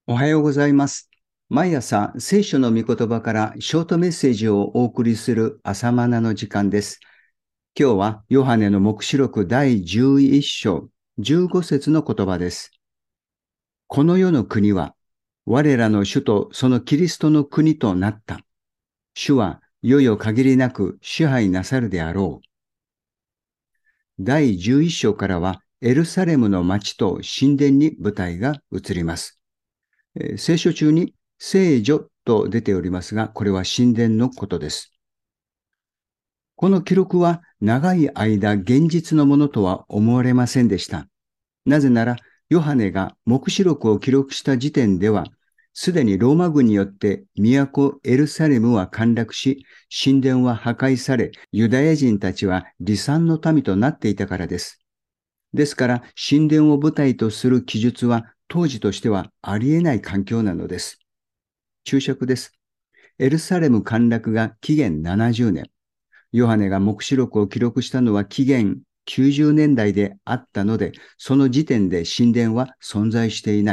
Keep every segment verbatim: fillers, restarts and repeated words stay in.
おはようございます。毎朝、聖書の御言葉からショートメッセージをお送りする朝マナの時間です。今日は、ヨハネの黙示録だいじゅういっ章、じゅうご節の言葉です。この世の国は、我らの主とそのキリストの国となった。主はいよいよ限りなく支配なさるであろう。だいじゅういっ章からは、エルサレムの町と神殿に舞台が移ります。えー聖書中に聖女と出ておりますが、これは神殿のことです。この記録は長い間現実のものとは思われませんでした。なぜなら、ヨハネが黙示録を記録した時点では、すでにローマ軍によって都エルサレムは陥落し、神殿は破壊され、ユダヤ人たちは離散の民となっていたからです。ですから、神殿を舞台とする記述は当時としてはありえない環境なのです。注釈です。エルサレム陥落が紀元ななじゅうねん。ヨハネが黙示録を記録したのは紀元きゅうじゅうねんだいであったので、その時点で神殿は存在していない。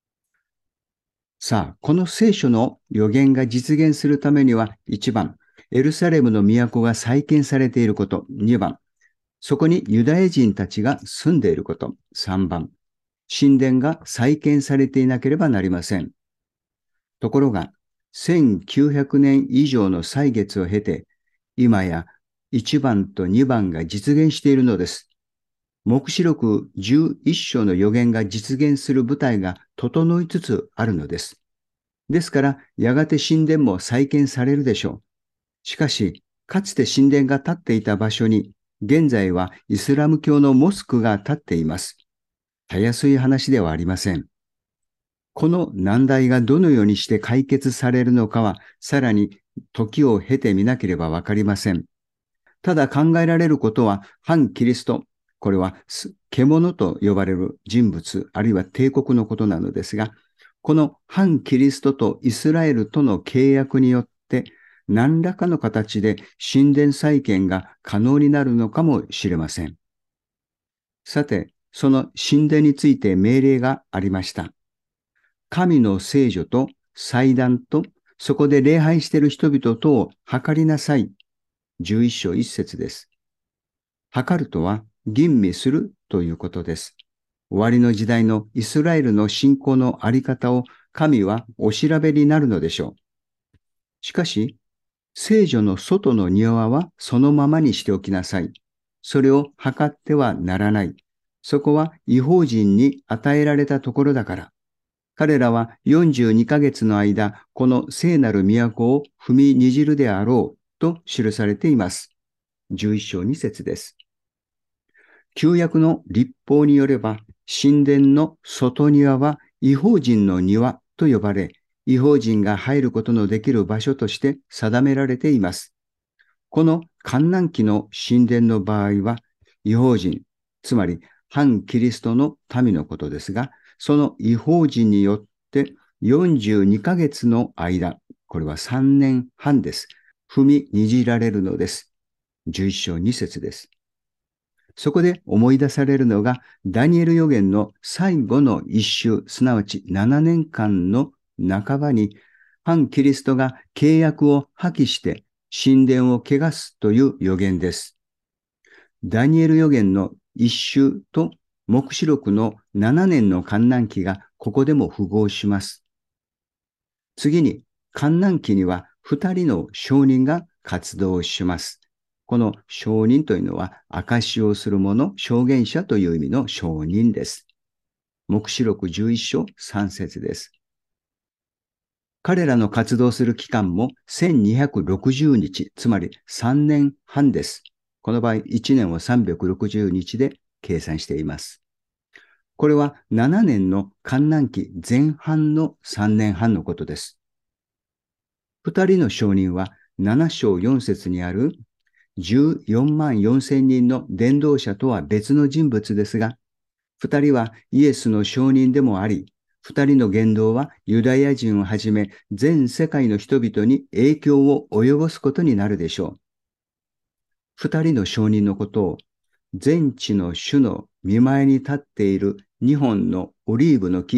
さあ、この聖書の予言が実現するためには、いちばん、エルサレムの都が再建されていること。にばん、そこにユダヤ人たちが住んでいること。さんばん、神殿が再建されていなければなりません。ところが、せんきゅうひゃくねん以上の歳月を経て、今やいちばんとにばんが実現しているのです。黙示録じゅういっ章の予言が実現する舞台が整いつつあるのです。ですから、やがて神殿も再建されるでしょう。しかし、かつて神殿が建っていた場所に、現在はイスラム教のモスクが建っています。たやすい話ではありません。この難題がどのようにして解決されるのかは、さらに時を経てみなければわかりません。ただ考えられることは、反キリスト、これは獣と呼ばれる人物、あるいは帝国のことなのですが、この反キリストとイスラエルとの契約によって、何らかの形で神殿再建が可能になるのかもしれません。さて、その神殿について命令がありました。神の聖女と祭壇と、そこで礼拝している人々とを測りなさい。じゅういっ章いち節です。測るとは吟味するということです。終わりの時代のイスラエルの信仰のあり方を神はお調べになるのでしょう。しかし、聖女の外の庭はそのままにしておきなさい。それを測ってはならない。そこは異邦人に与えられたところだから。彼らはよんじゅうにかげつの間、この聖なる都を踏みにじるであろうと記されています。じゅういっ章に節です。旧約の律法によれば、神殿の外庭は異邦人の庭と呼ばれ、異邦人が入ることのできる場所として定められています。この観覧期の神殿の場合は、異邦人、つまり反キリストの民のことですが、その異邦人によってよんじゅうにかげつの間、これはさんねんはんです。踏みにじられるのです。じゅういっ章に節です。そこで思い出されるのが、ダニエル預言の最後の一週、すなわちななねんかんの半ばに、反キリストが契約を破棄して神殿を汚すという預言です。ダニエル預言の一週と黙示録のななねんの観覧期がここでも符合します。次に、観覧期には二人の証人が活動します。この証人というのは、証しをする者、証言者という意味の証人です。黙示録じゅういっ章さん節です。彼らの活動する期間もせんにひゃくろくじゅうにち、つまりさんねんはんです。この場合、いちねんをさんびゃくろくじゅうにちで計算しています。これはななねんの観覧期前半のさんねんはんのことです。二人の証人はなな章よん節にあるじゅうよんまんよんせんにんの伝道者とは別の人物ですが、二人はイエスの証人でもあり、二人の言動はユダヤ人をはじめ全世界の人々に影響を及ぼすことになるでしょう。二人の証人のことを全地の主の見前に立っている二本のオリーブの木、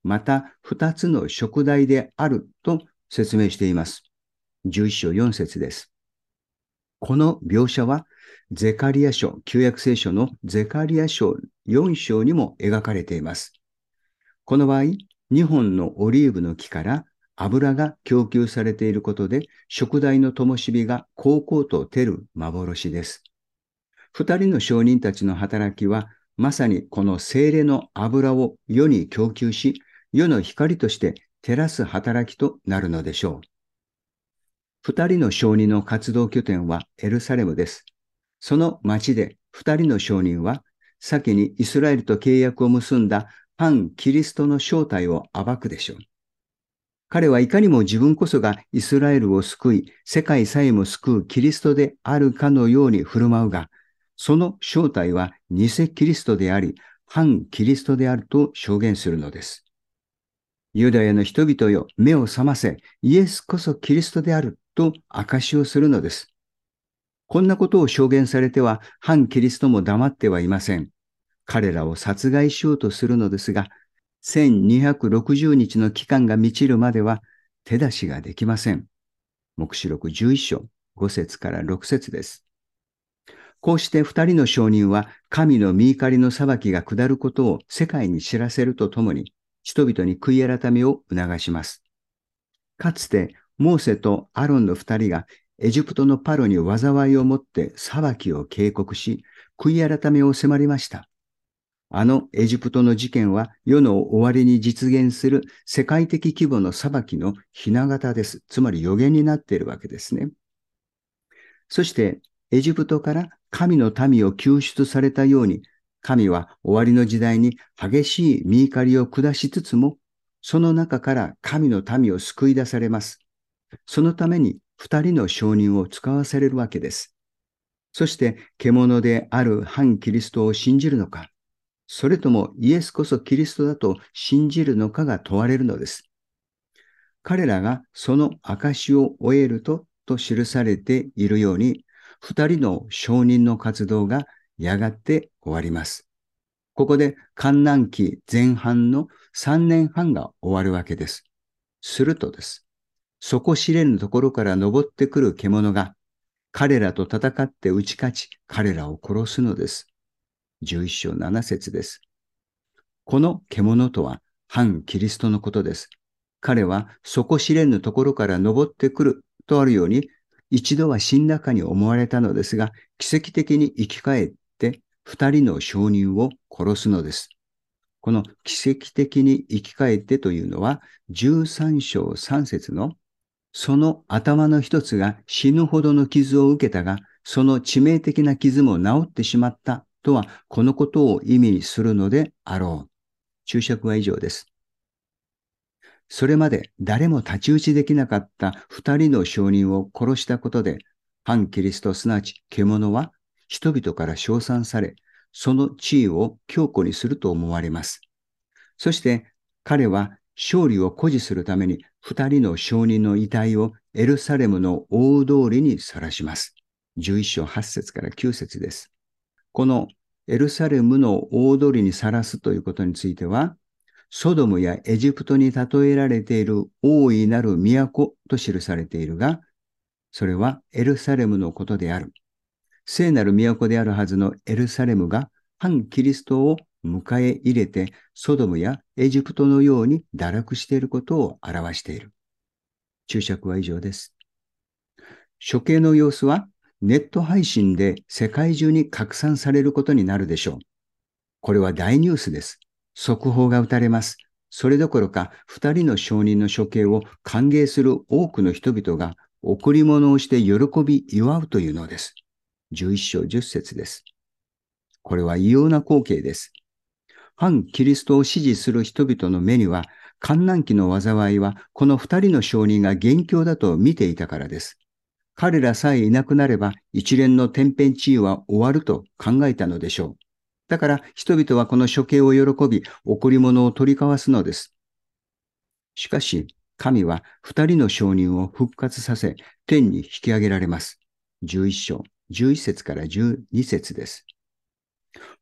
また二つの食材であると説明しています。じゅういっ章よん節です。この描写は、ゼカリア書、旧約聖書のゼカリア書よん章にも描かれています。この場合、にほんのオリーブの木から油が供給されていることで、食材の灯火がこうこうと照る幻です。二人の証人たちの働きは、まさにこの精霊の油を世に供給し、世の光として照らす働きとなるのでしょう。二人の証人の活動拠点はエルサレムです。その町で二人の証人は、先にイスラエルと契約を結んだ反キリストの正体を暴くでしょう。彼はいかにも自分こそがイスラエルを救い、世界さえも救うキリストであるかのように振る舞うが、その正体は偽キリストであり、反キリストであると証言するのです。ユダヤの人々よ、目を覚ませ、イエスこそキリストであると証しをするのです。こんなことを証言されては、反キリストも黙ってはいません。彼らを殺害しようとするのですが、せんにひゃくろくじゅうにちの期間が満ちるまでは手出しができません。黙示録じゅういっ章ご節からろく節です。こうして二人の証人は神の御怒りの裁きが下ることを世界に知らせるとともに、人々に悔い改めを促します。かつてモーセとアロンの二人がエジプトのパロに災いをもって裁きを警告し、悔い改めを迫りました。あのエジプトの事件は世の終わりに実現する世界的規模の裁きの雛形です。つまり予言になっているわけですね。そしてエジプトから神の民を救出されたように、神は終わりの時代に激しい御怒りを下しつつも、その中から神の民を救い出されます。そのために二人の証人を使わされるわけです。そして獣である反キリストを信じるのか、それともイエスこそキリストだと信じるのかが問われるのです。彼らがその証を終えると、と記されているように、二人の証人の活動がやがて終わります。ここで観覧期前半のさんねんはんが終わるわけです。するとです。底知れぬところから登ってくる獣が、彼らと戦って打ち勝ち、彼らを殺すのです。じゅういっ章なな節です。この獣とは反キリストのことです。彼は底知れぬところから登ってくるとあるように、一度は死んだかに思われたのですが、奇跡的に生き返って二人の証人を殺すのです。この奇跡的に生き返ってというのは、じゅうさん章さん節のその頭の一つが死ぬほどの傷を受けたが、その致命的な傷も治ってしまったとは、このことを意味するのであろう。注釈は以上です。それまで誰も太刀打ちできなかった二人の証人を殺したことで、反キリストすなわち獣は人々から称賛され、その地位を強固にすると思われます。そして彼は勝利を誇示するために二人の証人の遺体をエルサレムの大通りにさらします。じゅういっ章はち節からきゅう節です。このエルサレムの大通りにさらすということについては、ソドムやエジプトに例えられている大いなる都と記されているが、それはエルサレムのことである。聖なる都であるはずのエルサレムが反キリストを迎え入れて、ソドムやエジプトのように堕落していることを表している。注釈は以上です。処刑の様子はネット配信で世界中に拡散されることになるでしょう。これは大ニュースです。速報が打たれます。それどころか、二人の証人の処刑を歓迎する多くの人々が贈り物をして喜び祝うというのです。じゅういっ章じゅう節です。これは異様な光景です。反キリストを支持する人々の目には、観覧期の災いはこの二人の証人が元凶だと見ていたからです。彼らさえいなくなれば一連の天変地異は終わると考えたのでしょう。だから人々はこの処刑を喜び、贈り物を取り交わすのです。しかし、神は二人の証人を復活させ、天に引き上げられます。じゅういっ章、じゅういち節からじゅうに節です。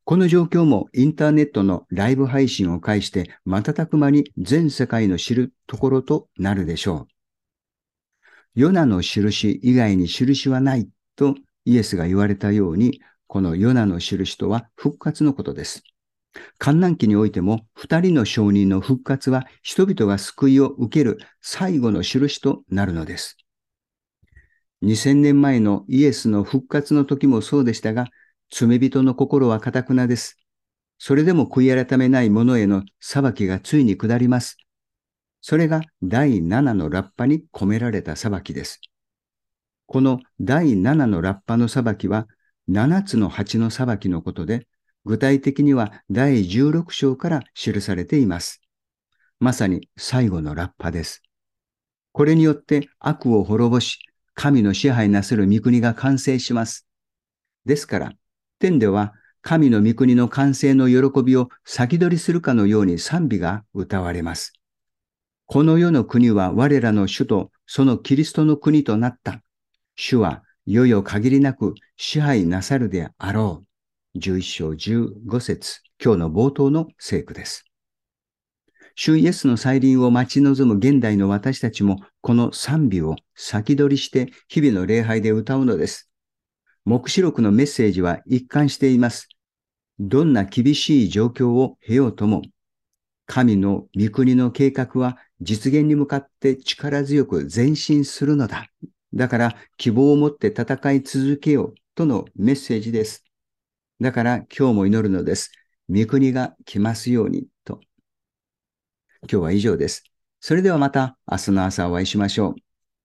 この状況もインターネットのライブ配信を介して瞬く間に全世界の知るところとなるでしょう。ヨナの印以外に印はないとイエスが言われたように、このヨナの印とは復活のことです。患難期においても二人の証人の復活は人々が救いを受ける最後の印となるのです。にせんねんまえのイエスの復活の時もそうでしたが、罪人の心は堅くなです。それでも悔い改めない者への裁きがついに下ります。それがだいななのラッパに込められた裁きです。このだいななのラッパの裁きはななつの鉢の裁きのことで、具体的にはだいじゅうろく章から記されています。まさに最後のラッパです。これによって悪を滅ぼし、神の支配なする御国が完成します。ですから、天では神の御国の完成の喜びを先取りするかのように賛美が歌われます。この世の国は我らの主とそのキリストの国となった。主はいよいよ限りなく支配なさるであろう。じゅういっ章じゅうご節、今日の冒頭の聖句です。主イエスの再臨を待ち望む現代の私たちもこの賛美を先取りして日々の礼拝で歌うのです。黙示録のメッセージは一貫しています。どんな厳しい状況を経ようとも、神の御国の計画は実現に向かって力強く前進するのだ。だから希望を持って戦い続けようとのメッセージです。だから今日も祈るのです。御国が来ますようにと。今日は以上です。それではまた明日の朝お会いしましょう。